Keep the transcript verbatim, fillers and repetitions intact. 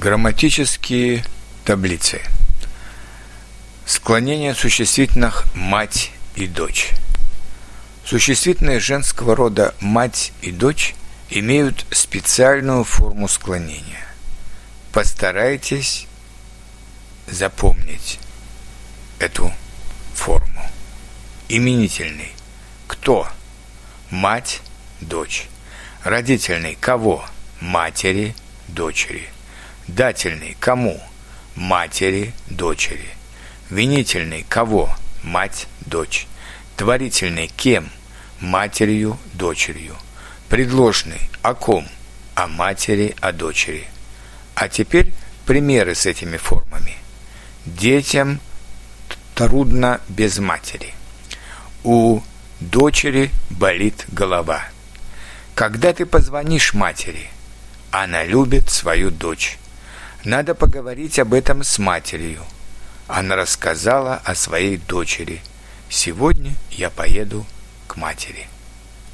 Грамматические таблицы. Склонение существительных «мать» и «дочь». Существительные женского рода «мать» и «дочь» имеют специальную форму склонения. Постарайтесь запомнить эту форму. Именительный. Кто? Мать, дочь. Родительный. Кого? Матери, дочери. Дательный. Кому? Матери, дочери. Винительный. Кого? Мать, дочь. Творительный. Кем? Матерью, дочерью. Предложный. О ком? О матери, о дочери. А теперь примеры с этими формами. Детям трудно без матери. У дочери болит голова. Когда ты позвонишь матери, она любит свою дочь. Надо поговорить об этом с матерью. Она рассказала о своей дочери. Сегодня я поеду к матери.